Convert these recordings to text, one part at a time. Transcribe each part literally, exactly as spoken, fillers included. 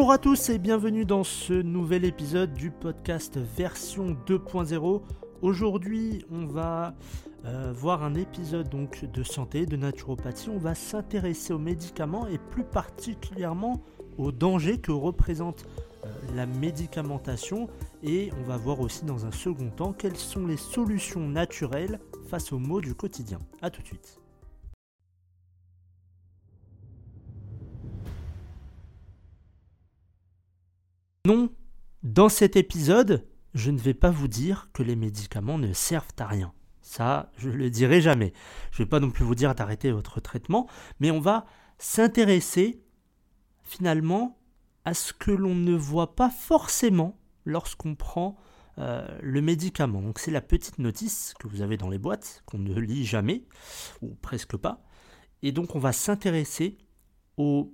Bonjour à tous et bienvenue dans ce nouvel épisode du podcast version deux point zéro. Aujourd'hui, on va euh, voir un épisode donc de santé, de naturopathie. On va s'intéresser aux médicaments et plus particulièrement aux dangers que représente euh, la médicamentation. Et on va voir aussi dans un second temps quelles sont les solutions naturelles face aux maux du quotidien. A tout de suite. Non, dans cet épisode, je ne vais pas vous dire que les médicaments ne servent à rien. Ça, je ne le dirai jamais. Je ne vais pas non plus vous dire d'arrêter votre traitement, mais on va s'intéresser finalement à ce que l'on ne voit pas forcément lorsqu'on prend euh, le médicament. Donc c'est la petite notice que vous avez dans les boîtes, qu'on ne lit jamais, ou presque pas. Et donc on va s'intéresser aux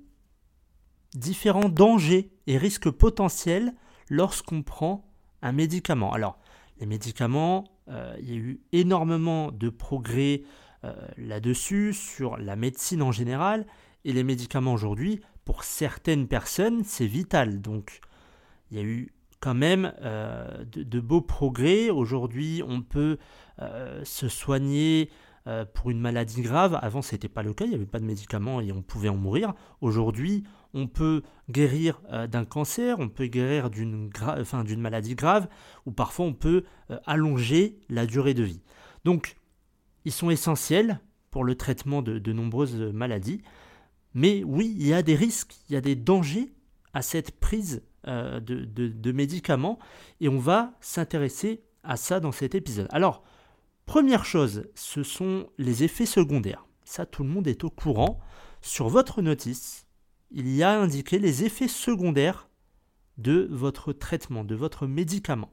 différents dangers et risques potentiels lorsqu'on prend un médicament. Alors, les médicaments, euh, il y a eu énormément de progrès euh, là-dessus, sur la médecine en général, et les médicaments aujourd'hui, pour certaines personnes, c'est vital. Donc, il y a eu quand même euh, de, de beaux progrès. Aujourd'hui, on peut euh, se soigner euh, pour une maladie grave. Avant, ce n'était pas le cas, il n'y avait pas de médicaments et on pouvait en mourir. Aujourd'hui, on peut guérir euh, d'un cancer, on peut guérir d'une, gra- enfin, d'une maladie grave, ou parfois on peut euh, allonger la durée de vie. Donc, ils sont essentiels pour le traitement de, de nombreuses maladies. Mais oui, il y a des risques, il y a des dangers à cette prise euh, de, de, de médicaments, et on va s'intéresser à ça dans cet épisode. Alors, première chose, ce sont les effets secondaires. Ça, tout le monde est au courant. Sur votre notice, il y a indiqué les effets secondaires de votre traitement, de votre médicament.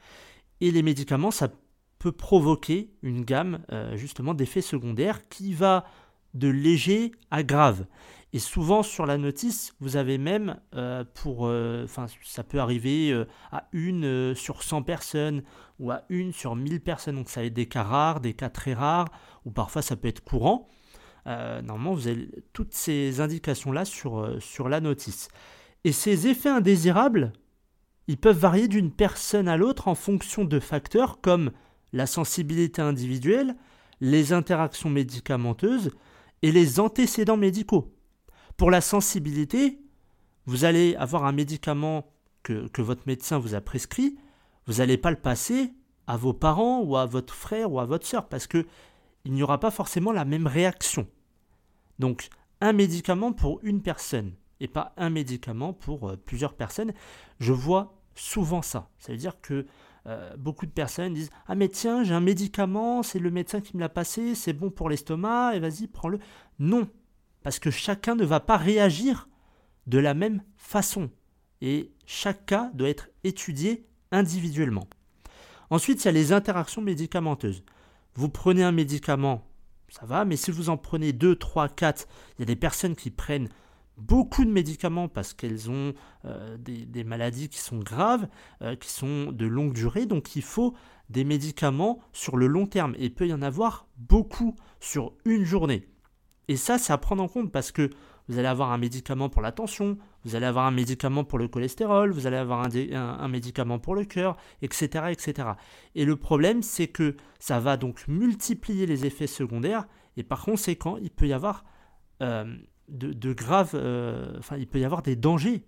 Et les médicaments, ça peut provoquer une gamme euh, justement d'effets secondaires qui va de léger à grave. Et souvent sur la notice, vous avez même, euh, pour, euh, enfin, ça peut arriver euh, à une euh, sur cent personnes ou à une sur mille personnes. Donc ça va être des cas rares, des cas très rares, ou parfois ça peut être courant. Euh, normalement, vous avez toutes ces indications-là sur, euh, sur la notice. Et ces effets indésirables, ils peuvent varier d'une personne à l'autre en fonction de facteurs comme la sensibilité individuelle, les interactions médicamenteuses et les antécédents médicaux. Pour la sensibilité, vous allez avoir un médicament que, que votre médecin vous a prescrit, vous n'allez pas le passer à vos parents ou à votre frère ou à votre sœur parce que il n'y aura pas forcément la même réaction. Donc, un médicament pour une personne et pas un médicament pour euh, plusieurs personnes. Je vois souvent ça. Ça veut dire que euh, beaucoup de personnes disent « Ah mais tiens, j'ai un médicament, c'est le médecin qui me l'a passé, c'est bon pour l'estomac, et vas-y, prends-le. » Non, parce que chacun ne va pas réagir de la même façon. Et chaque cas doit être étudié individuellement. Ensuite, il y a les interactions médicamenteuses. Vous prenez un médicament, ça va, mais si vous en prenez deux, trois, quatre, il y a des personnes qui prennent beaucoup de médicaments parce qu'elles ont euh, des, des maladies qui sont graves, euh, qui sont de longue durée, donc il faut des médicaments sur le long terme. Et il peut y en avoir beaucoup sur une journée. Et ça, c'est à prendre en compte parce que vous allez avoir un médicament pour la tension, vous allez avoir un médicament pour le cholestérol, vous allez avoir un, dé- un, un médicament pour le cœur, et cetera, et cetera. Et le problème, c'est que ça va donc multiplier les effets secondaires et par conséquent, il peut y avoir euh, de, de graves, euh, enfin, il peut y avoir des dangers.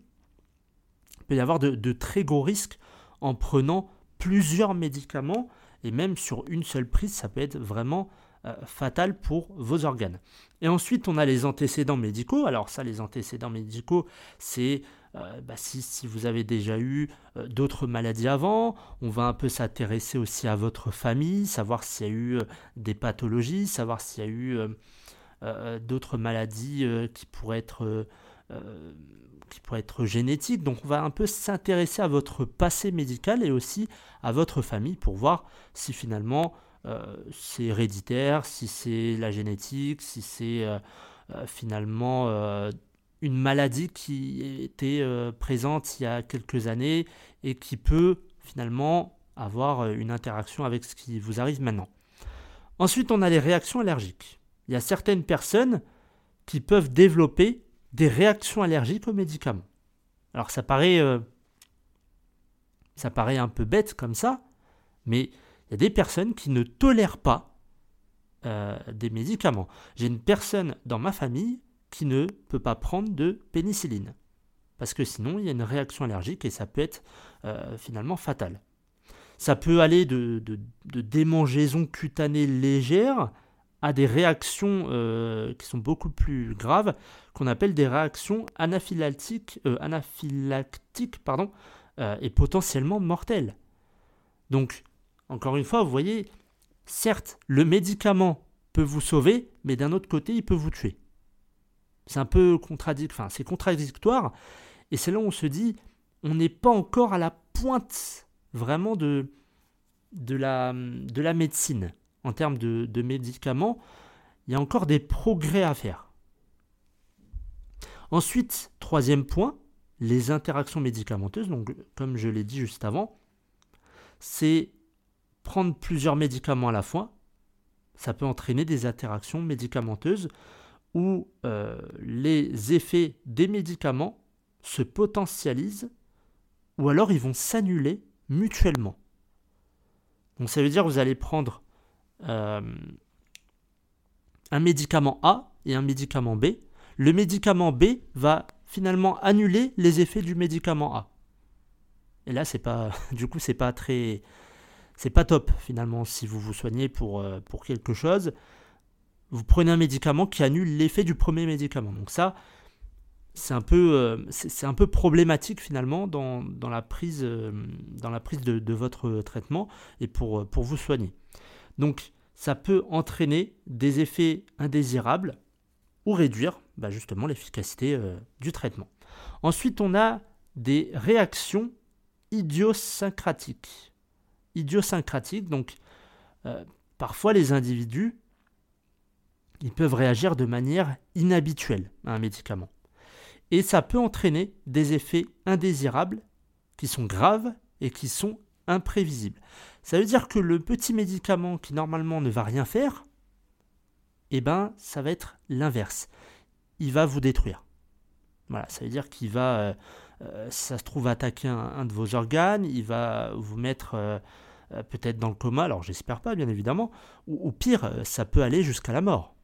Il peut y avoir de, de très gros risques en prenant plusieurs médicaments et même sur une seule prise, ça peut être vraiment euh, fatal pour vos organes. Et ensuite, on a les antécédents médicaux. Alors ça, les antécédents médicaux, c'est euh, bah, si, si vous avez déjà eu euh, d'autres maladies avant. On va un peu s'intéresser aussi à votre famille, savoir s'il y a eu euh, des pathologies, savoir s'il y a eu euh, euh, d'autres maladies euh, qui pourraient être... Euh, euh, qui pourraient être génétiques. Donc on va un peu s'intéresser à votre passé médical et aussi à votre famille pour voir si finalement euh, c'est héréditaire, si c'est la génétique, si c'est euh, euh, finalement euh, une maladie qui était euh, présente il y a quelques années et qui peut finalement avoir une interaction avec ce qui vous arrive maintenant. Ensuite, on a les réactions allergiques. Il y a certaines personnes qui peuvent développer des réactions allergiques aux médicaments. Alors ça paraît, euh, ça paraît un peu bête comme ça, mais il y a des personnes qui ne tolèrent pas euh, des médicaments. J'ai une personne dans ma famille qui ne peut pas prendre de pénicilline, parce que sinon il y a une réaction allergique et ça peut être euh, finalement fatal. Ça peut aller de, de, de démangeaisons cutanées légères à des réactions euh, qui sont beaucoup plus graves, qu'on appelle des réactions anaphylactiques, euh, anaphylactiques pardon, euh, et potentiellement mortelles. Donc, encore une fois, vous voyez, certes, le médicament peut vous sauver, mais d'un autre côté, il peut vous tuer. C'est un peu contradic- enfin, c'est contradictoire, et c'est là où on se dit, on n'est pas encore à la pointe vraiment de, de, la, de la médecine. En termes de, de médicaments, il y a encore des progrès à faire. Ensuite, troisième point, les interactions médicamenteuses. Donc, comme je l'ai dit juste avant, c'est prendre plusieurs médicaments à la fois. Ça peut entraîner des interactions médicamenteuses où euh, les effets des médicaments se potentialisent ou alors ils vont s'annuler mutuellement. Donc, ça veut dire que vous allez prendre Euh, un médicament A et un médicament B. Le médicament B va finalement annuler les effets du médicament A. Et là, c'est pas, du coup, c'est pas très, c'est pas top finalement si vous vous soignez pour, euh, pour quelque chose. Vous prenez un médicament qui annule l'effet du premier médicament. Donc ça, c'est un peu, euh, c'est, c'est un peu problématique finalement dans, dans la prise, euh, dans la prise de, de votre traitement et pour, pour vous soigner. Donc, ça peut entraîner des effets indésirables ou réduire bah, justement l'efficacité euh, du traitement. Ensuite, on a des réactions idiosyncratiques. Idiosyncratiques, donc euh, parfois les individus, ils peuvent réagir de manière inhabituelle à un médicament. Et ça peut entraîner des effets indésirables qui sont graves et qui sont imprévisible. Ça veut dire que le petit médicament qui normalement ne va rien faire, eh ben, ça va être l'inverse. Il va vous détruire. Voilà, ça veut dire qu'il va, euh, euh, ça se trouve, attaquer un, un de vos organes, il va vous mettre euh, euh, peut-être dans le coma, alors j'espère pas bien évidemment, ou, ou pire, ça peut aller jusqu'à la mort.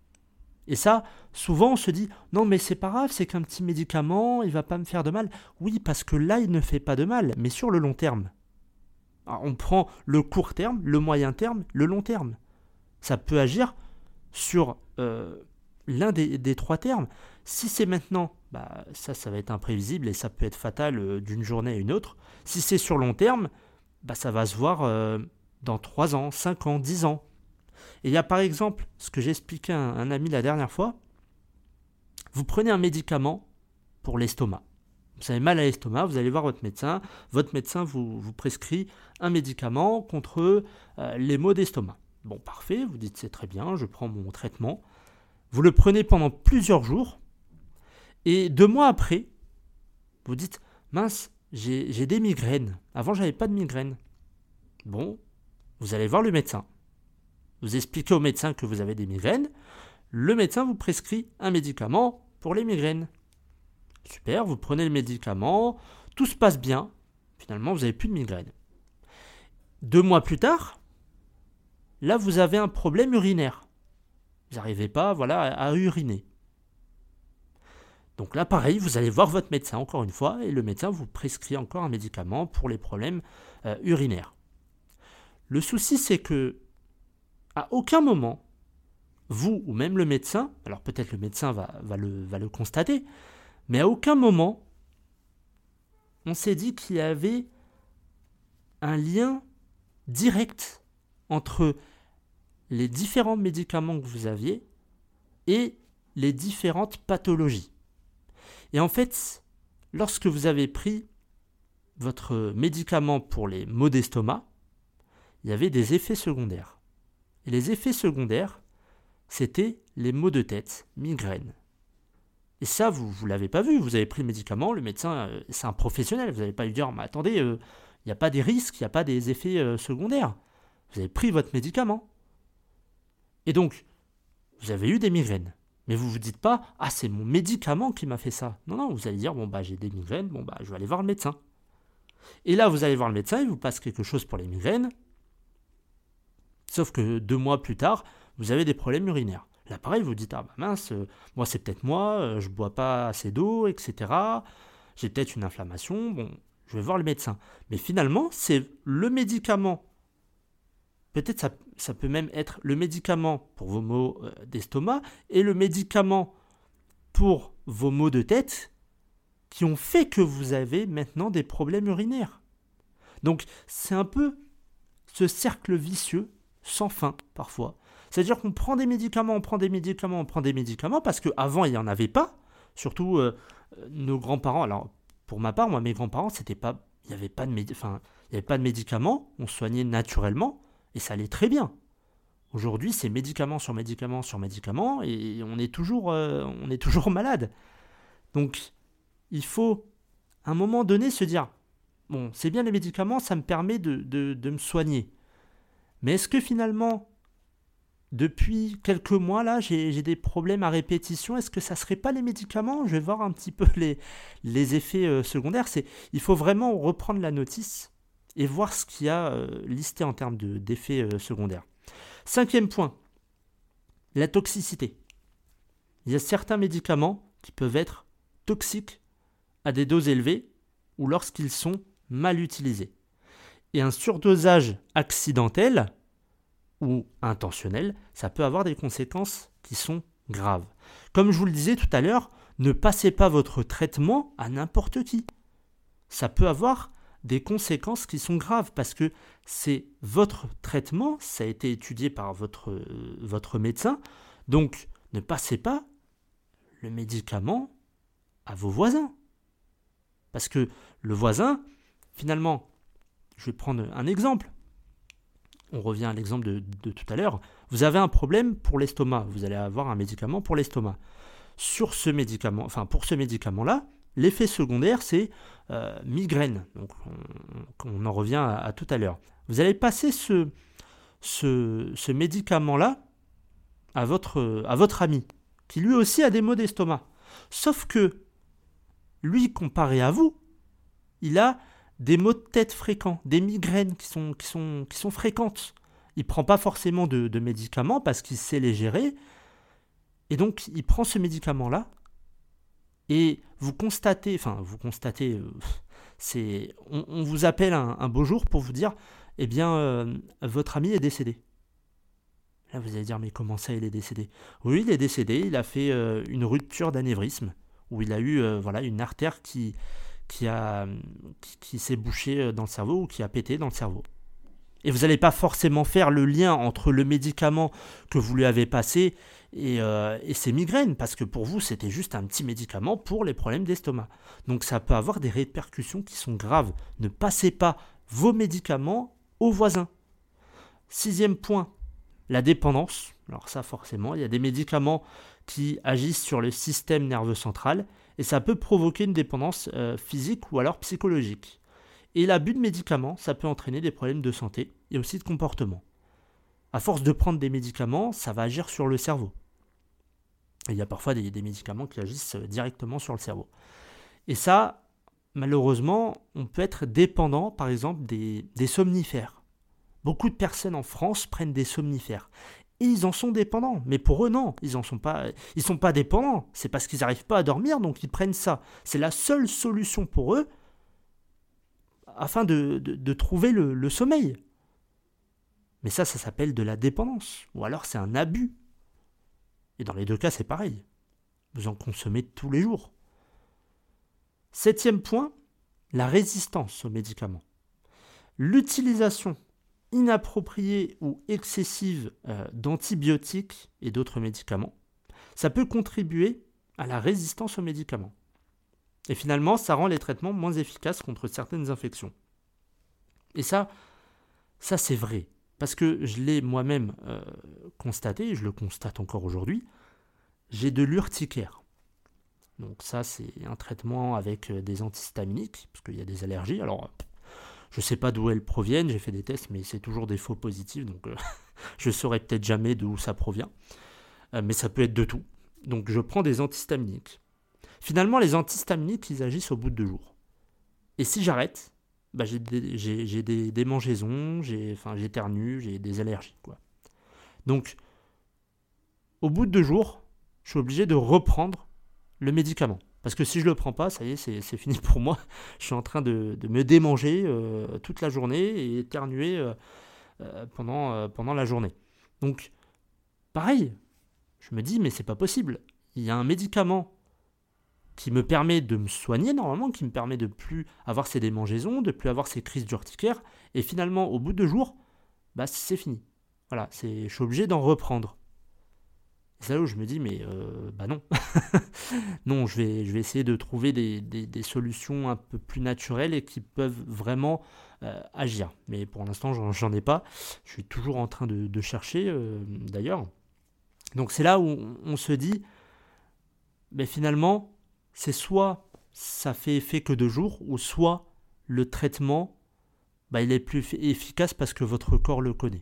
Et ça, souvent on se dit, non mais c'est pas grave, c'est qu'un petit médicament, il va pas me faire de mal. Oui, parce que là, il ne fait pas de mal, mais sur le long terme. Alors, on prend le court terme, le moyen terme, le long terme. Ça peut agir sur euh, l'un des, des trois termes. Si c'est maintenant, bah, ça, ça va être imprévisible et ça peut être fatal euh, d'une journée à une autre. Si c'est sur long terme, bah, ça va se voir euh, dans trois ans, cinq ans, dix ans. Et il y a par exemple, ce que j'ai expliqué à un, un ami la dernière fois, vous prenez un médicament pour l'estomac. Vous avez mal à l'estomac, vous allez voir votre médecin. Votre médecin vous, vous prescrit un médicament contre euh, les maux d'estomac. Bon, parfait, vous dites c'est très bien, je prends mon traitement. Vous le prenez pendant plusieurs jours. Et deux mois après, vous dites, mince, j'ai, j'ai des migraines. Avant, je n'avais pas de migraines. Bon, vous allez voir le médecin. Vous expliquez au médecin que vous avez des migraines. Le médecin vous prescrit un médicament pour les migraines. Super, vous prenez le médicament, tout se passe bien. Finalement, vous n'avez plus de migraine. Deux mois plus tard, là, vous avez un problème urinaire. Vous n'arrivez pas voilà, à, à uriner. Donc là, pareil, vous allez voir votre médecin encore une fois et le médecin vous prescrit encore un médicament pour les problèmes euh, urinaires. Le souci, c'est que à aucun moment, vous ou même le médecin, alors peut-être le médecin va, va, le, va le constater, mais à aucun moment, on s'est dit qu'il y avait un lien direct entre les différents médicaments que vous aviez et les différentes pathologies. Et en fait, lorsque vous avez pris votre médicament pour les maux d'estomac, il y avait des effets secondaires. Et les effets secondaires, c'était les maux de tête, migraines. Et ça, vous ne l'avez pas vu. Vous avez pris le médicament, le médecin, euh, c'est un professionnel. Vous n'allez pas lui dire, mais attendez, il euh, n'y a pas des risques, il n'y a pas des effets euh, secondaires. Vous avez pris votre médicament. Et donc, vous avez eu des migraines. Mais vous vous dites pas, ah c'est mon médicament qui m'a fait ça. Non, non, vous allez dire, bon bah j'ai des migraines, bon bah je vais aller voir le médecin. Et là vous allez voir le médecin, il vous passe quelque chose pour les migraines, sauf que deux mois plus tard, vous avez des problèmes urinaires. Là pareil, vous vous dites, ah bah mince, euh, moi c'est peut-être moi, euh, je bois pas assez d'eau, et cetera. J'ai peut-être une inflammation, bon, je vais voir le médecin. Mais finalement, c'est le médicament. Peut-être ça, ça peut même être le médicament pour vos maux euh, d'estomac et le médicament pour vos maux de tête qui ont fait que vous avez maintenant des problèmes urinaires. Donc c'est un peu ce cercle vicieux sans fin parfois. C'est-à-dire qu'on prend des médicaments, on prend des médicaments, on prend des médicaments parce qu'avant il n'y en avait pas. Surtout euh, nos grands-parents. Alors pour ma part, moi mes grands-parents, c'était pas, il n'y avait pas de médi- enfin, il y avait pas de médicaments, on se soignait naturellement. Et ça allait très bien. Aujourd'hui, c'est médicament sur médicament sur médicament et on est toujours, euh, on est toujours malade. Donc, il faut, à un moment donné, se dire, bon, c'est bien les médicaments, ça me permet de, de, de me soigner. Mais est-ce que finalement, depuis quelques mois, là, j'ai, j'ai des problèmes à répétition, est-ce que ça ne serait pas les médicaments ? Je vais voir un petit peu les, les effets euh, secondaires. C'est, il faut vraiment reprendre la notice et voir ce qu'il y a euh, listé en termes de, d'effets euh, secondaires. Cinquième point, la toxicité. Il y a certains médicaments qui peuvent être toxiques à des doses élevées ou lorsqu'ils sont mal utilisés. Et un surdosage accidentel ou intentionnel, ça peut avoir des conséquences qui sont graves. Comme je vous le disais tout à l'heure, ne passez pas votre traitement à n'importe qui. Ça peut avoir des conséquences qui sont graves parce que c'est votre traitement, ça a été étudié par votre, euh, votre médecin, donc ne passez pas le médicament à vos voisins. Parce que le voisin, finalement, je vais prendre un exemple, on revient à l'exemple de, de tout à l'heure, vous avez un problème pour l'estomac, vous allez avoir un médicament pour l'estomac. Sur ce médicament, enfin pour ce médicament-là, l'effet secondaire, c'est euh, migraine. Donc, on, on en revient à, à tout à l'heure. Vous allez passer ce, ce, ce médicament-là à votre, à votre ami, qui lui aussi a des maux d'estomac. Sauf que, lui, comparé à vous, il a des maux de tête fréquents, des migraines qui sont, qui sont, qui sont fréquentes. Il ne prend pas forcément de, de médicaments parce qu'il sait les gérer. Et donc, il prend ce médicament-là. Et vous constatez, enfin, vous constatez, euh, c'est, on, on vous appelle un, un beau jour pour vous dire, eh bien, euh, votre ami est décédé. Là, vous allez dire, mais comment ça, il est décédé ? Oui, il est décédé, il a fait euh, une rupture d'anévrisme, où il a eu, euh, voilà, une artère qui, qui, a, qui, qui s'est bouchée dans le cerveau, ou qui a pété dans le cerveau. Et vous n'allez pas forcément faire le lien entre le médicament que vous lui avez passé et, euh, et ses migraines, parce que pour vous, c'était juste un petit médicament pour les problèmes d'estomac. Donc ça peut avoir des répercussions qui sont graves. Ne passez pas vos médicaments aux voisins. Sixième point, la dépendance. Alors ça, forcément, il y a des médicaments qui agissent sur le système nerveux central, et ça peut provoquer une dépendance euh, physique ou alors psychologique. Et l'abus de médicaments, ça peut entraîner des problèmes de santé et aussi de comportement. À force de prendre des médicaments, ça va agir sur le cerveau. Et il y a parfois des, des médicaments qui agissent directement sur le cerveau. Et ça, malheureusement, on peut être dépendant, par exemple, des, des somnifères. Beaucoup de personnes en France prennent des somnifères. Et ils en sont dépendants. Mais pour eux, non, ils ne sont pas, ils sont pas dépendants. C'est parce qu'ils n'arrivent pas à dormir, donc ils prennent ça. C'est la seule solution pour eux afin de, de, de trouver le, le sommeil. Mais ça, ça s'appelle de la dépendance. Ou alors c'est un abus. Et dans les deux cas, c'est pareil. Vous en consommez tous les jours. Septième point, la résistance aux médicaments. L'utilisation inappropriée ou excessive euh, d'antibiotiques et d'autres médicaments, ça peut contribuer à la résistance aux médicaments. Et finalement, ça rend les traitements moins efficaces contre certaines infections. Et ça, ça c'est vrai. Parce que je l'ai moi-même euh, constaté, et je le constate encore aujourd'hui, j'ai de l'urticaire. Donc ça, c'est un traitement avec des antihistaminiques, parce qu'il y a des allergies. Alors, je ne sais pas d'où elles proviennent, j'ai fait des tests, mais c'est toujours des faux positifs, donc euh, je ne saurais peut-être jamais d'où ça provient. Euh, mais ça peut être de tout. Donc je prends des antihistaminiques. Finalement, les antihistaminiques, ils agissent au bout de deux jours. Et si j'arrête, bah, j'ai des, j'ai, j'ai des démangeaisons, j'ai, enfin, j'éternue, j'ai des allergies, quoi. Donc, au bout de deux jours, je suis obligé de reprendre le médicament. Parce que si je ne le prends pas, ça y est, c'est, c'est fini pour moi. Je suis en train de, de me démanger euh, toute la journée et éternuer euh, euh, pendant, euh, pendant la journée. Donc, pareil, je me dis, mais c'est pas possible. Il y a un médicament qui me permet de me soigner normalement, qui me permet de plus avoir ces démangeaisons, de plus avoir ces crises d'urticaire, et finalement, au bout de deux jours, bah, c'est fini. Voilà, c'est, je suis obligé d'en reprendre. Et c'est là où je me dis, mais euh, bah non. non, je vais, je vais essayer de trouver des, des, des solutions un peu plus naturelles et qui peuvent vraiment euh, agir. Mais pour l'instant, j'en, j'en ai pas. Je suis toujours en train de, de chercher, euh, d'ailleurs. Donc c'est là où on se dit, mais finalement, c'est soit ça fait effet que deux jours, ou soit le traitement, bah, il est plus efficace parce que votre corps le connaît.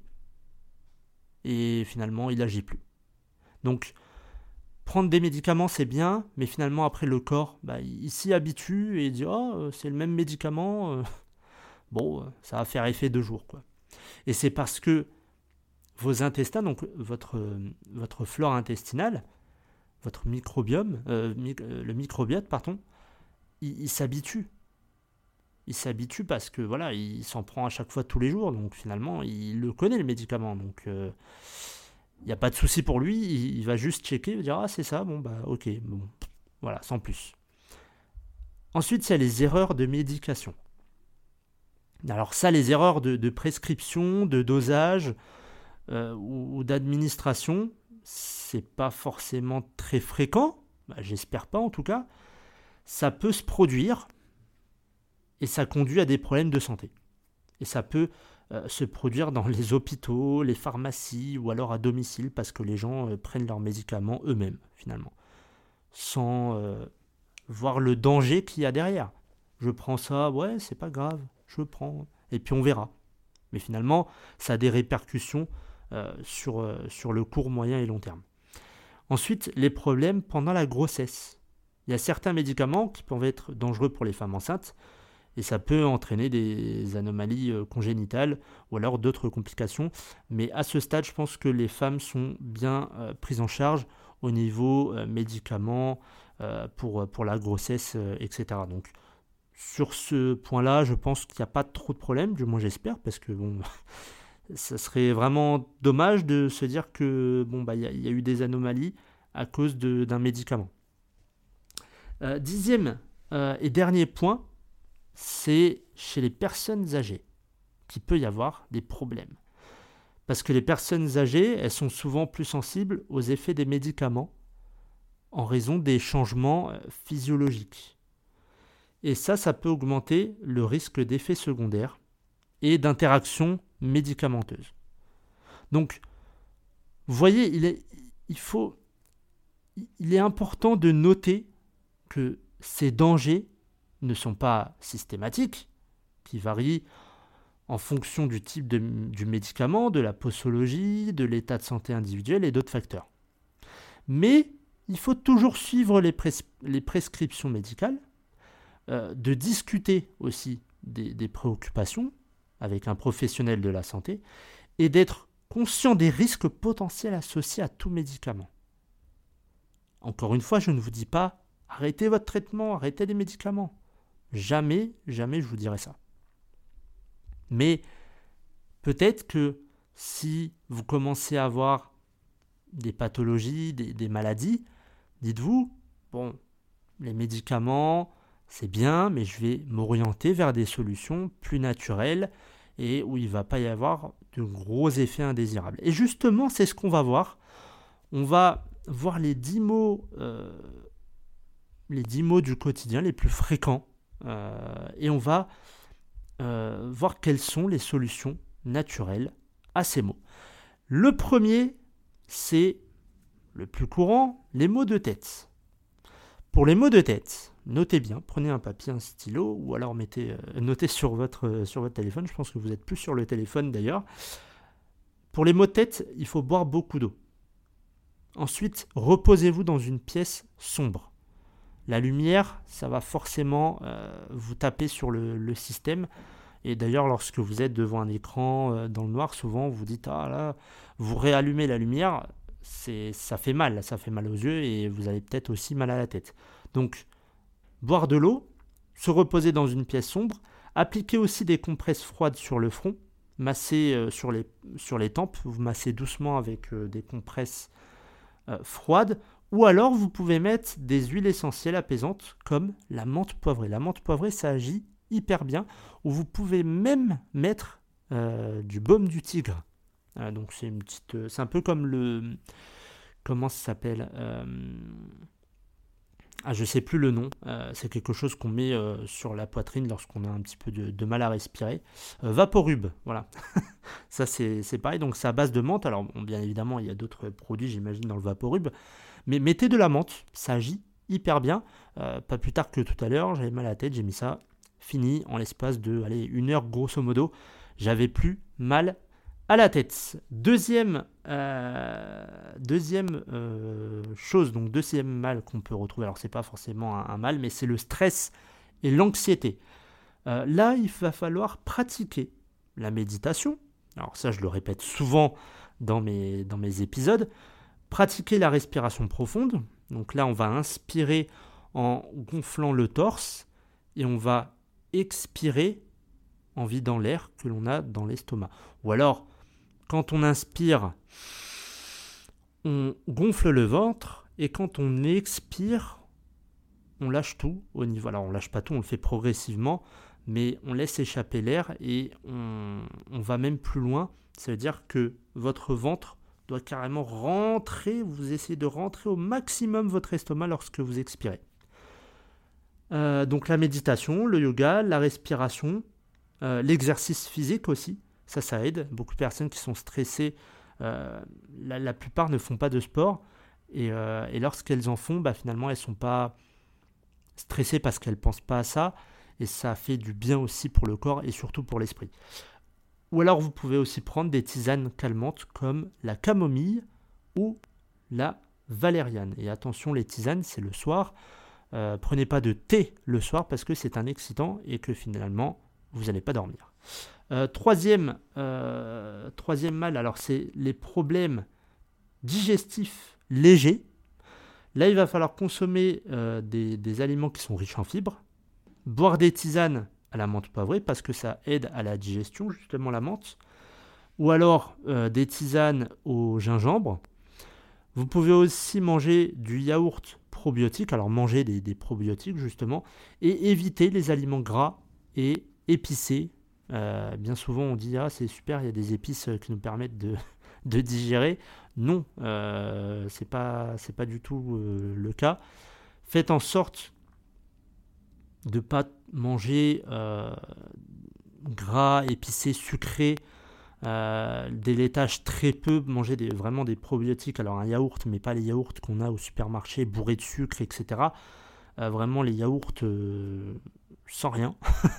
Et finalement, il n'agit plus. Donc, prendre des médicaments, c'est bien, mais finalement, après, le corps, bah, il s'y habitue et il dit « Oh, c'est le même médicament, euh, bon, ça va faire effet deux jours. » quoi. Et c'est parce que vos intestins, donc votre, votre flore intestinale, votre microbiome, euh, mi- euh, le microbiote, pardon, il, il s'habitue. Il s'habitue parce que voilà, il s'en prend à chaque fois tous les jours, donc finalement, il le connaît le médicament, donc euh, il n'y a pas de souci pour lui, il, il va juste checker, il va dire ah c'est ça, bon bah ok, bon, voilà, sans plus. Ensuite, il y a les erreurs de médication. Alors ça, les erreurs de, de prescription, de dosage euh, ou, ou d'administration, c'est pas forcément très fréquent, bah, j'espère pas en tout cas. Ça peut se produire et ça conduit à des problèmes de santé. Et ça peut euh, se produire dans les hôpitaux, les pharmacies ou alors à domicile parce que les gens euh, prennent leurs médicaments eux-mêmes finalement, sans euh, voir le danger qu'il y a derrière. Je prends ça, ouais, c'est pas grave, je prends, et puis on verra. Mais finalement, ça a des répercussions euh, sur, euh, sur le court, moyen et long terme. Ensuite, les problèmes pendant la grossesse. Il y a certains médicaments qui peuvent être dangereux pour les femmes enceintes et ça peut entraîner des anomalies euh, congénitales ou alors d'autres complications. Mais à ce stade, je pense que les femmes sont bien euh, prises en charge au niveau euh, médicaments euh, pour, pour la grossesse, euh, et cetera. Donc, sur ce point-là, je pense qu'il n'y a pas trop de problème, du moins j'espère, parce que bon, ça serait vraiment dommage de se dire que bon bah il y, y a eu des anomalies à cause de, d'un médicament. Euh, dixième euh, et dernier point, c'est chez les personnes âgées qu'il peut y avoir des problèmes. Parce que les personnes âgées, elles sont souvent plus sensibles aux effets des médicaments en raison des changements physiologiques. Et ça, ça peut augmenter le risque d'effets secondaires et d'interactions médicamenteuses. Donc, vous voyez, il est, il faut, il est important de noter que ces dangers ne sont pas systématiques, qui varient en fonction du type de, du médicament, de la posologie, de l'état de santé individuel et d'autres facteurs. Mais il faut toujours suivre les, pres- les prescriptions médicales, euh, de discuter aussi des, des préoccupations avec un professionnel de la santé et d'être conscient des risques potentiels associés à tout médicament. Encore une fois, je ne vous dis pas arrêtez votre traitement, arrêtez les médicaments. Jamais, jamais je vous dirai ça. Mais peut-être que si vous commencez à avoir des pathologies, des, des maladies, dites-vous, bon, les médicaments, c'est bien, mais je vais m'orienter vers des solutions plus naturelles et où il ne va pas y avoir de gros effets indésirables. Et justement, c'est ce qu'on va voir. On va voir les dix mots, euh, les dix mots du quotidien les plus fréquents euh, et on va euh, voir quelles sont les solutions naturelles à ces mots. Le premier, c'est le plus courant, les maux de tête. Pour les maux de tête, notez bien, prenez un papier, un stylo, ou alors mettez, euh, notez sur votre, euh, sur votre téléphone, je pense que vous êtes plus sur le téléphone d'ailleurs. Pour les maux de tête, il faut boire beaucoup d'eau. Ensuite, reposez-vous dans une pièce sombre. La lumière, ça va forcément euh, vous taper sur le, le système. Et d'ailleurs, lorsque vous êtes devant un écran euh, dans le noir, souvent vous dites « Ah là », vous réallumez la lumière, c'est, ça fait mal, ça fait mal aux yeux et vous avez peut-être aussi mal à la tête. Donc, boire de l'eau, se reposer dans une pièce sombre, appliquer aussi des compresses froides sur le front, masser euh, sur, les, sur les tempes, vous massez doucement avec euh, des compresses euh, froides, ou alors vous pouvez mettre des huiles essentielles apaisantes comme la menthe poivrée. La menthe poivrée, ça agit hyper bien, ou vous pouvez même mettre euh, du baume du tigre. Euh, donc c'est une petite, euh, c'est un peu comme le, comment ça s'appelle euh, Ah, je sais plus le nom. Euh, c'est quelque chose qu'on met euh, sur la poitrine lorsqu'on a un petit peu de, de mal à respirer. Euh, Vaporub, voilà. Ça, c'est, c'est pareil. Donc, c'est à base de menthe. Alors, bon, bien évidemment, il y a d'autres produits, j'imagine, dans le Vaporub. Mais mettez de la menthe. Ça agit hyper bien. Euh, pas plus tard que tout à l'heure, j'avais mal à la tête. J'ai mis ça. Fini en l'espace de, allez, une heure grosso modo. J'avais plus mal à la tête. Deuxième, euh, deuxième euh, chose, donc deuxième mal qu'on peut retrouver, alors c'est pas forcément un, un mal, mais c'est le stress et l'anxiété. Euh, là, il va falloir pratiquer la méditation. Alors ça, je le répète souvent dans mes, dans mes épisodes. Pratiquer la respiration profonde. Donc là, on va inspirer en gonflant le torse et on va expirer en vidant l'air que l'on a dans l'estomac. Ou alors, quand on inspire, on gonfle le ventre et quand on expire, on lâche tout au niveau. Alors on lâche pas tout, on le fait progressivement, mais on laisse échapper l'air et on, on va même plus loin. Ça veut dire que votre ventre doit carrément rentrer, vous essayez de rentrer au maximum votre estomac lorsque vous expirez. Euh, donc la méditation, le yoga, la respiration, euh, l'exercice physique aussi. Ça, ça aide. Beaucoup de personnes qui sont stressées, euh, la, la plupart ne font pas de sport. Et, euh, et lorsqu'elles en font, bah, finalement, elles ne sont pas stressées parce qu'elles ne pensent pas à ça. Et ça fait du bien aussi pour le corps et surtout pour l'esprit. Ou alors, vous pouvez aussi prendre des tisanes calmantes comme la camomille ou la valériane. Et attention, les tisanes, c'est le soir. Euh, prenez pas de thé le soir parce que c'est un excitant et que finalement, vous n'allez pas dormir. Euh, troisième, euh, troisième mal, alors c'est les problèmes digestifs légers. Là, il va falloir consommer euh, des, des aliments qui sont riches en fibres, boire des tisanes à la menthe poivrée parce que ça aide à la digestion, justement la menthe, ou alors euh, des tisanes au gingembre. Vous pouvez aussi manger du yaourt probiotique, alors manger des, des probiotiques justement, et éviter les aliments gras et épicés. Euh, bien souvent on dit ah c'est super, il y a des épices qui nous permettent de, de digérer. Non, euh, c'est pas, c'est pas du tout euh, le cas. Faites en sorte de ne pas manger euh, gras, épicé, sucré, euh, des laitages très peu, manger des, vraiment des probiotiques. Alors un yaourt, mais pas les yaourts qu'on a au supermarché bourrés de sucre, et cetera. Euh, vraiment les yaourts euh, sans rien,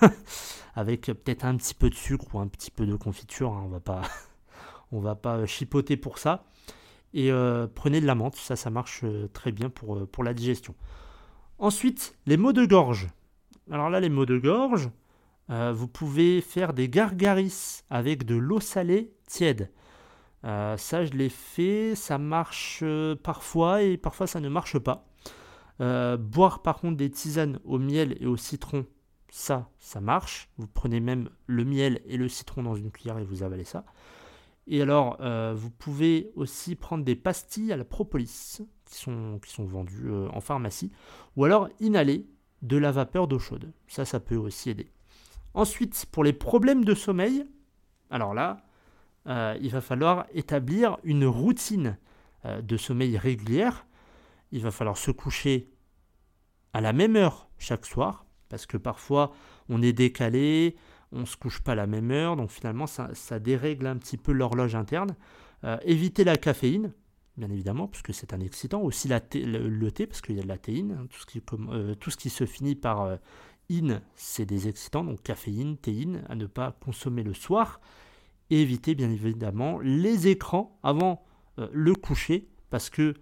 avec peut-être un petit peu de sucre ou un petit peu de confiture, hein, on va pas, on va pas chipoter pour ça. Et euh, prenez de la menthe, ça, ça marche euh, très bien pour, euh, pour la digestion. Ensuite, les maux de gorge. Alors là, les maux de gorge, euh, vous pouvez faire des gargarisses avec de l'eau salée tiède. Euh, ça, je l'ai fait, ça marche euh, parfois et parfois ça ne marche pas. Euh, boire par contre des tisanes au miel et au citron, ça, ça marche. Vous prenez même le miel et le citron dans une cuillère et vous avalez ça. Et alors, euh, vous pouvez aussi prendre des pastilles à la propolis qui sont, qui sont vendues euh, en pharmacie. Ou alors inhaler de la vapeur d'eau chaude. Ça, ça peut aussi aider. Ensuite, pour les problèmes de sommeil, alors là, euh, il va falloir établir une routine euh, de sommeil régulière. Il va falloir se coucher à la même heure chaque soir, parce que parfois on est décalé, on ne se couche pas à la même heure, donc finalement ça, ça dérègle un petit peu l'horloge interne. Euh, éviter la caféine, bien évidemment, parce que c'est un excitant. Aussi la thé, le, le thé, parce qu'il y a de la théine. Hein, tout, ce qui, euh, tout ce qui se finit par euh, in, c'est des excitants, donc caféine, théine, à ne pas consommer le soir. Et éviter bien évidemment les écrans avant euh, le coucher, parce que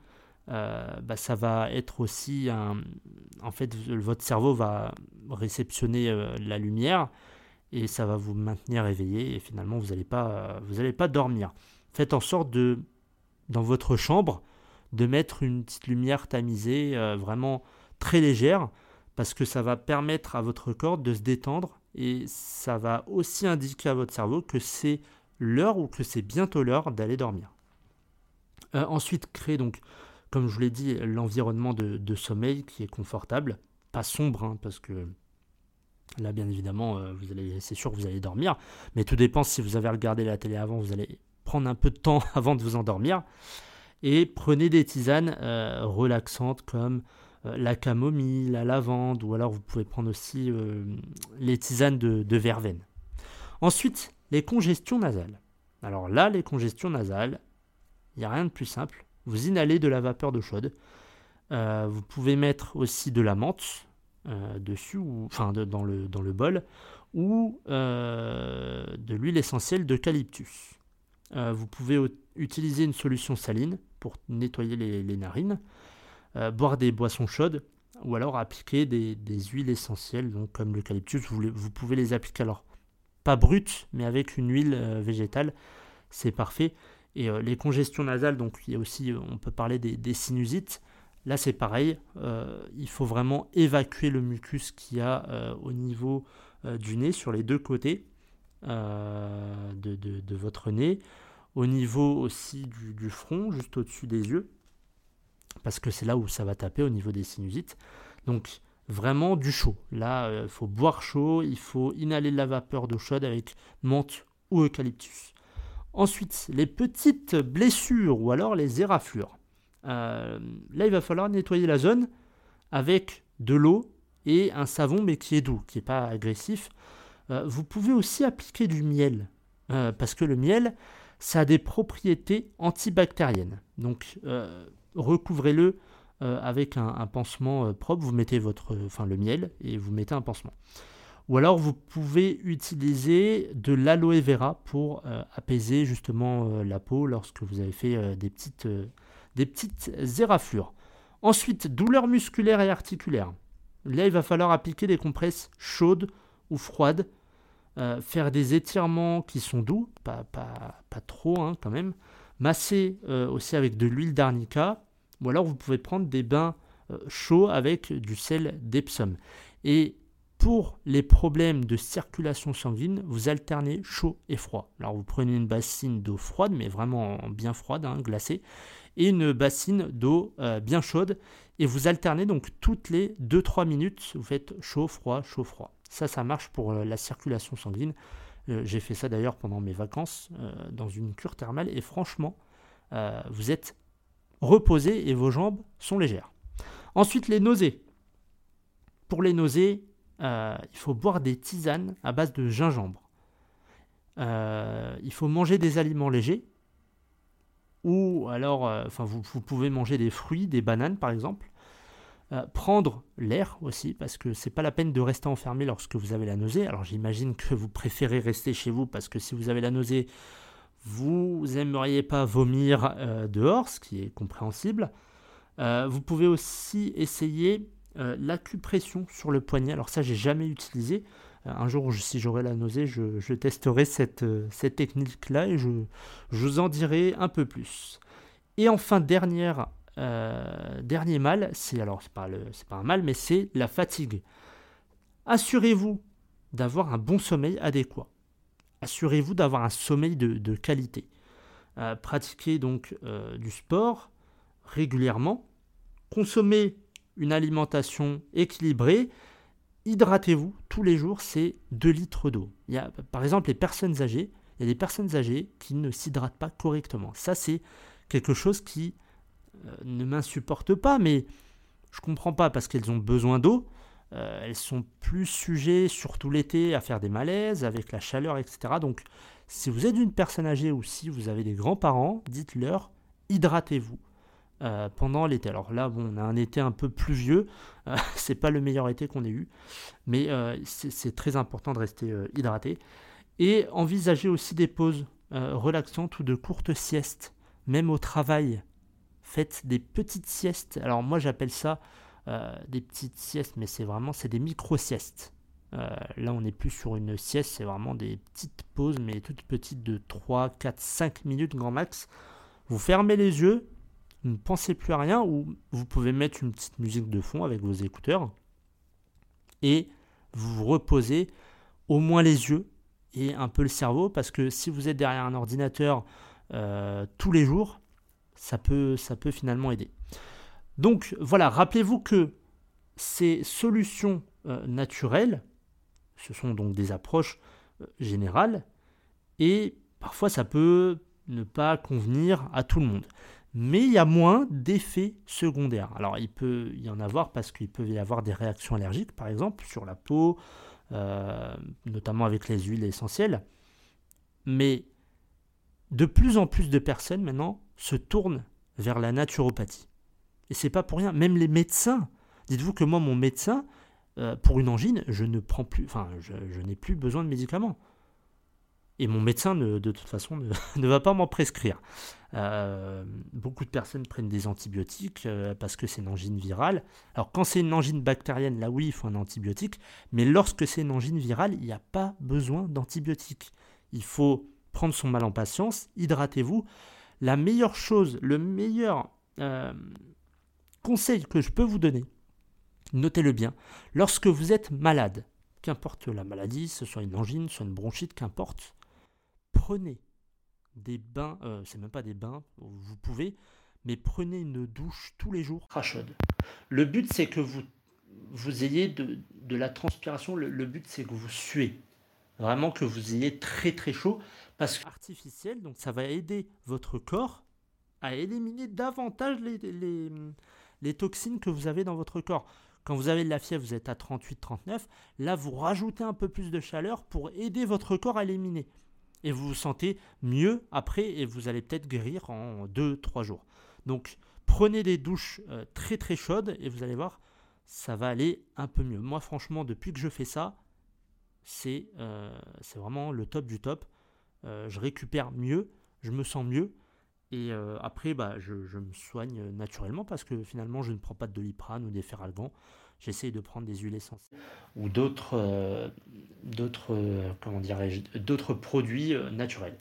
euh, bah, ça va être aussi un... En fait, votre cerveau va réceptionner euh, la lumière et ça va vous maintenir éveillé et finalement, vous n'allez pas, euh, vous allez pas dormir. Faites en sorte de, dans votre chambre, de mettre une petite lumière tamisée, euh, vraiment très légère, parce que ça va permettre à votre corps de se détendre et ça va aussi indiquer à votre cerveau que c'est l'heure ou que c'est bientôt l'heure d'aller dormir. Euh, ensuite, créer donc, comme je vous l'ai dit, l'environnement de, de sommeil qui est confortable, pas sombre, hein, parce que là, bien évidemment, euh, vous allez, c'est sûr que vous allez dormir, mais tout dépend si vous avez regardé la télé avant, vous allez prendre un peu de temps avant de vous endormir. Et prenez des tisanes euh, relaxantes comme euh, la camomille, la lavande, ou alors vous pouvez prendre aussi euh, les tisanes de, de verveine. Ensuite, les congestions nasales. Alors là, les congestions nasales, il n'y a rien de plus simple. Vous inhalez de la vapeur d'eau chaude. Euh, vous pouvez mettre aussi de la menthe euh, dessus, ou, enfin de, dans, le, dans le bol, ou euh, de l'huile essentielle d'eucalyptus. Euh, vous pouvez o- utiliser une solution saline pour nettoyer les, les narines, euh, boire des boissons chaudes, ou alors appliquer des, des huiles essentielles, donc comme l'eucalyptus. Vous, les- vous pouvez les appliquer alors pas brutes, mais avec une huile euh, végétale, c'est parfait. Et euh, les congestions nasales, donc il y a aussi, euh, on peut parler des, des sinusites. Là, c'est pareil, euh, il faut vraiment évacuer le mucus qu'il y a euh, au niveau euh, du nez, sur les deux côtés euh, de, de, de votre nez, au niveau aussi du, du front, juste au-dessus des yeux, parce que c'est là où ça va taper au niveau des sinusites. Donc, vraiment du chaud. Là, il euh, faut boire chaud, il faut inhaler de la vapeur d'eau chaude avec menthe ou eucalyptus. Ensuite, les petites blessures ou alors les éraflures. Euh, là, il va falloir nettoyer la zone avec de l'eau et un savon, mais qui est doux, qui n'est pas agressif. Euh, vous pouvez aussi appliquer du miel, euh, parce que le miel, ça a des propriétés antibactériennes. Donc, euh, recouvrez-le euh, avec un, un pansement euh, propre. Vous mettez votre, enfin, le miel et vous mettez un pansement. Ou alors, vous pouvez utiliser de l'aloe vera pour euh, apaiser justement euh, la peau lorsque vous avez fait euh, des, petites, euh, des petites éraflures. Ensuite, douleurs musculaires et articulaires. Là, il va falloir appliquer des compresses chaudes ou froides, euh, faire des étirements qui sont doux, pas, pas, pas trop hein, quand même, masser euh, aussi avec de l'huile d'arnica, ou alors vous pouvez prendre des bains euh, chauds avec du sel d'Epsom. Et pour les problèmes de circulation sanguine, vous alternez chaud et froid. Alors vous prenez une bassine d'eau froide, mais vraiment bien froide, hein, glacée, et une bassine d'eau euh, bien chaude, et vous alternez donc toutes les deux trois minutes, vous faites chaud, froid, chaud, froid. Ça, ça marche pour euh, la circulation sanguine. Euh, j'ai fait ça d'ailleurs pendant mes vacances, euh, dans une cure thermale, et franchement, euh, vous êtes reposé et vos jambes sont légères. Ensuite, les nausées. Pour les nausées, Euh, il faut boire des tisanes à base de gingembre. Euh, il faut manger des aliments légers. Ou alors, euh, enfin, vous, vous pouvez manger des fruits, des bananes par exemple. Euh, prendre l'air aussi, parce que c'est pas la peine de rester enfermé lorsque vous avez la nausée. Alors j'imagine que vous préférez rester chez vous, parce que si vous avez la nausée, vous n'aimeriez pas vomir euh, dehors, ce qui est compréhensible. Euh, vous pouvez aussi essayer Euh, l'acupression sur le poignet. Alors ça, j'ai jamais utilisé. Euh, un jour, si j'aurai la nausée, je, je testerai cette, euh, cette technique-là et je, je vous en dirai un peu plus. Et enfin, dernière, euh, dernier mal, c'est alors c'est pas le, c'est pas un mal, mais c'est la fatigue. Assurez-vous d'avoir un bon sommeil adéquat. Assurez-vous d'avoir un sommeil de, de qualité. Euh, pratiquez donc euh, du sport régulièrement. Consommez une alimentation équilibrée, hydratez-vous tous les jours, c'est deux litres d'eau. Il y a, par exemple, les personnes âgées, il y a des personnes âgées qui ne s'hydratent pas correctement. Ça, c'est quelque chose qui euh, ne m'insupporte pas, mais je ne comprends pas parce qu'elles ont besoin d'eau. Euh, elles sont plus sujets, surtout l'été, à faire des malaises avec la chaleur, et cetera. Donc, si vous êtes une personne âgée ou si vous avez des grands-parents, dites-leur, hydratez-vous. Euh, pendant l'été. Alors là, bon, on a un été un peu pluvieux, euh, c'est pas le meilleur été qu'on ait eu, mais euh, c'est, c'est très important de rester euh, hydraté. Et envisager aussi des pauses euh, relaxantes ou de courtes siestes, même au travail. faites des petites siestes. Alors moi j'appelle ça euh, des petites siestes, mais c'est vraiment c'est des micro-siestes. Euh, là on n'est plus sur une sieste, c'est vraiment des petites pauses, mais toutes petites de trois, quatre, cinq minutes grand max. Vous fermez les yeux, vous ne pensez plus à rien, ou vous pouvez mettre une petite musique de fond avec vos écouteurs et vous vous reposez au moins les yeux et un peu le cerveau, parce que si vous êtes derrière un ordinateur euh, tous les jours, ça peut, ça peut finalement aider. Donc voilà, rappelez-vous que ces solutions euh, naturelles, ce sont donc des approches euh, générales, et parfois ça peut ne pas convenir à tout le monde. Mais il y a moins d'effets secondaires. Alors il peut y en avoir parce qu'il peut y avoir des réactions allergiques, par exemple, sur la peau, euh, notamment avec les huiles essentielles. Mais de plus en plus de personnes maintenant se tournent vers la naturopathie. Et c'est pas pour rien, même les médecins. Dites-vous que moi, mon médecin, euh, pour une angine, je ne prends plus, enfin, je, je n'ai plus besoin de médicaments. Et mon médecin, ne, de toute façon, ne, ne va pas m'en prescrire. Euh, beaucoup de personnes prennent des antibiotiques euh, parce que c'est une angine virale. Alors, quand c'est une angine bactérienne, là, oui, il faut un antibiotique. Mais lorsque c'est une angine virale, il n'y a pas besoin d'antibiotiques. Il faut prendre son mal en patience, hydratez-vous. La meilleure chose, le meilleur euh, conseil que je peux vous donner, notez-le bien, lorsque vous êtes malade, qu'importe la maladie, ce soit une angine, soit une bronchite, qu'importe, prenez des bains, euh, c'est même pas des bains, vous pouvez, mais prenez une douche tous les jours très chaude. Le but c'est que vous, vous ayez de, de la transpiration, le, le but c'est que vous suez, vraiment que vous ayez très très chaud, parce que artificiel, donc ça va aider votre corps à éliminer davantage les, les, les toxines que vous avez dans votre corps. Quand vous avez de la fièvre, vous êtes à trente-huit trente-neuf, là vous rajoutez un peu plus de chaleur pour aider votre corps à l'éliminer. Et vous vous sentez mieux après et vous allez peut-être guérir en deux trois jours. Donc prenez des douches euh, très très chaudes et vous allez voir, ça va aller un peu mieux. Moi franchement, depuis que je fais ça, c'est, euh, c'est vraiment le top du top. Euh, je récupère mieux, je me sens mieux. Et euh, après, bah, je, je me soigne naturellement parce que finalement, je ne prends pas de Doliprane ou des Feralgan. J'essaye de prendre des huiles essentielles ou d'autres, euh, d'autres, euh, comment dirais-je, d'autres produits euh, naturels.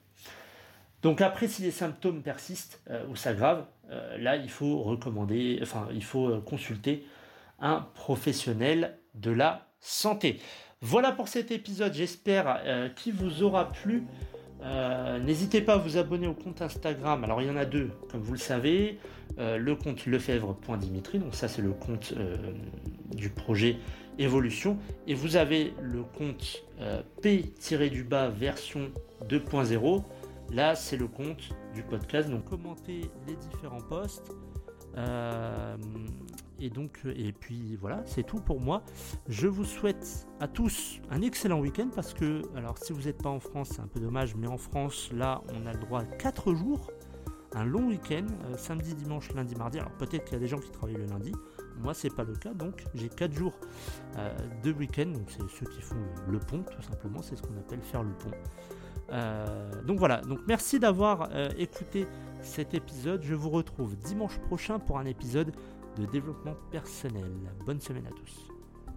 Donc après, si les symptômes persistent euh, ou s'aggravent, euh, là, il faut recommander, enfin, il faut euh, consulter un professionnel de la santé. Voilà pour cet épisode. J'espère euh, qu'il vous aura plu. Euh, n'hésitez pas à vous abonner au compte Instagram. Alors il y en a deux, comme vous le savez. Euh, le compte lefebvre point dimitri, donc ça c'est le compte euh, du projet Évolution. Et vous avez le compte euh, P-du-bas version deux point zéro. Là c'est le compte du podcast. Donc commentez les différents posts. Euh, et donc et puis voilà, c'est tout pour moi. Je vous souhaite à tous un excellent week-end parce que, alors si vous n'êtes pas en France, c'est un peu dommage, mais en France, là, on a le droit à quatre jours, un long week-end, euh, samedi, dimanche, lundi, mardi. Alors peut-être qu'il y a des gens qui travaillent le lundi, moi c'est pas le cas, donc j'ai quatre jours euh, de week-end, donc c'est ceux qui font le, le pont, tout simplement, c'est ce qu'on appelle faire le pont. Euh, donc voilà, donc merci d'avoir euh, écouté cet épisode. Je vous retrouve dimanche prochain pour un épisode de développement personnel. Bonne semaine à tous.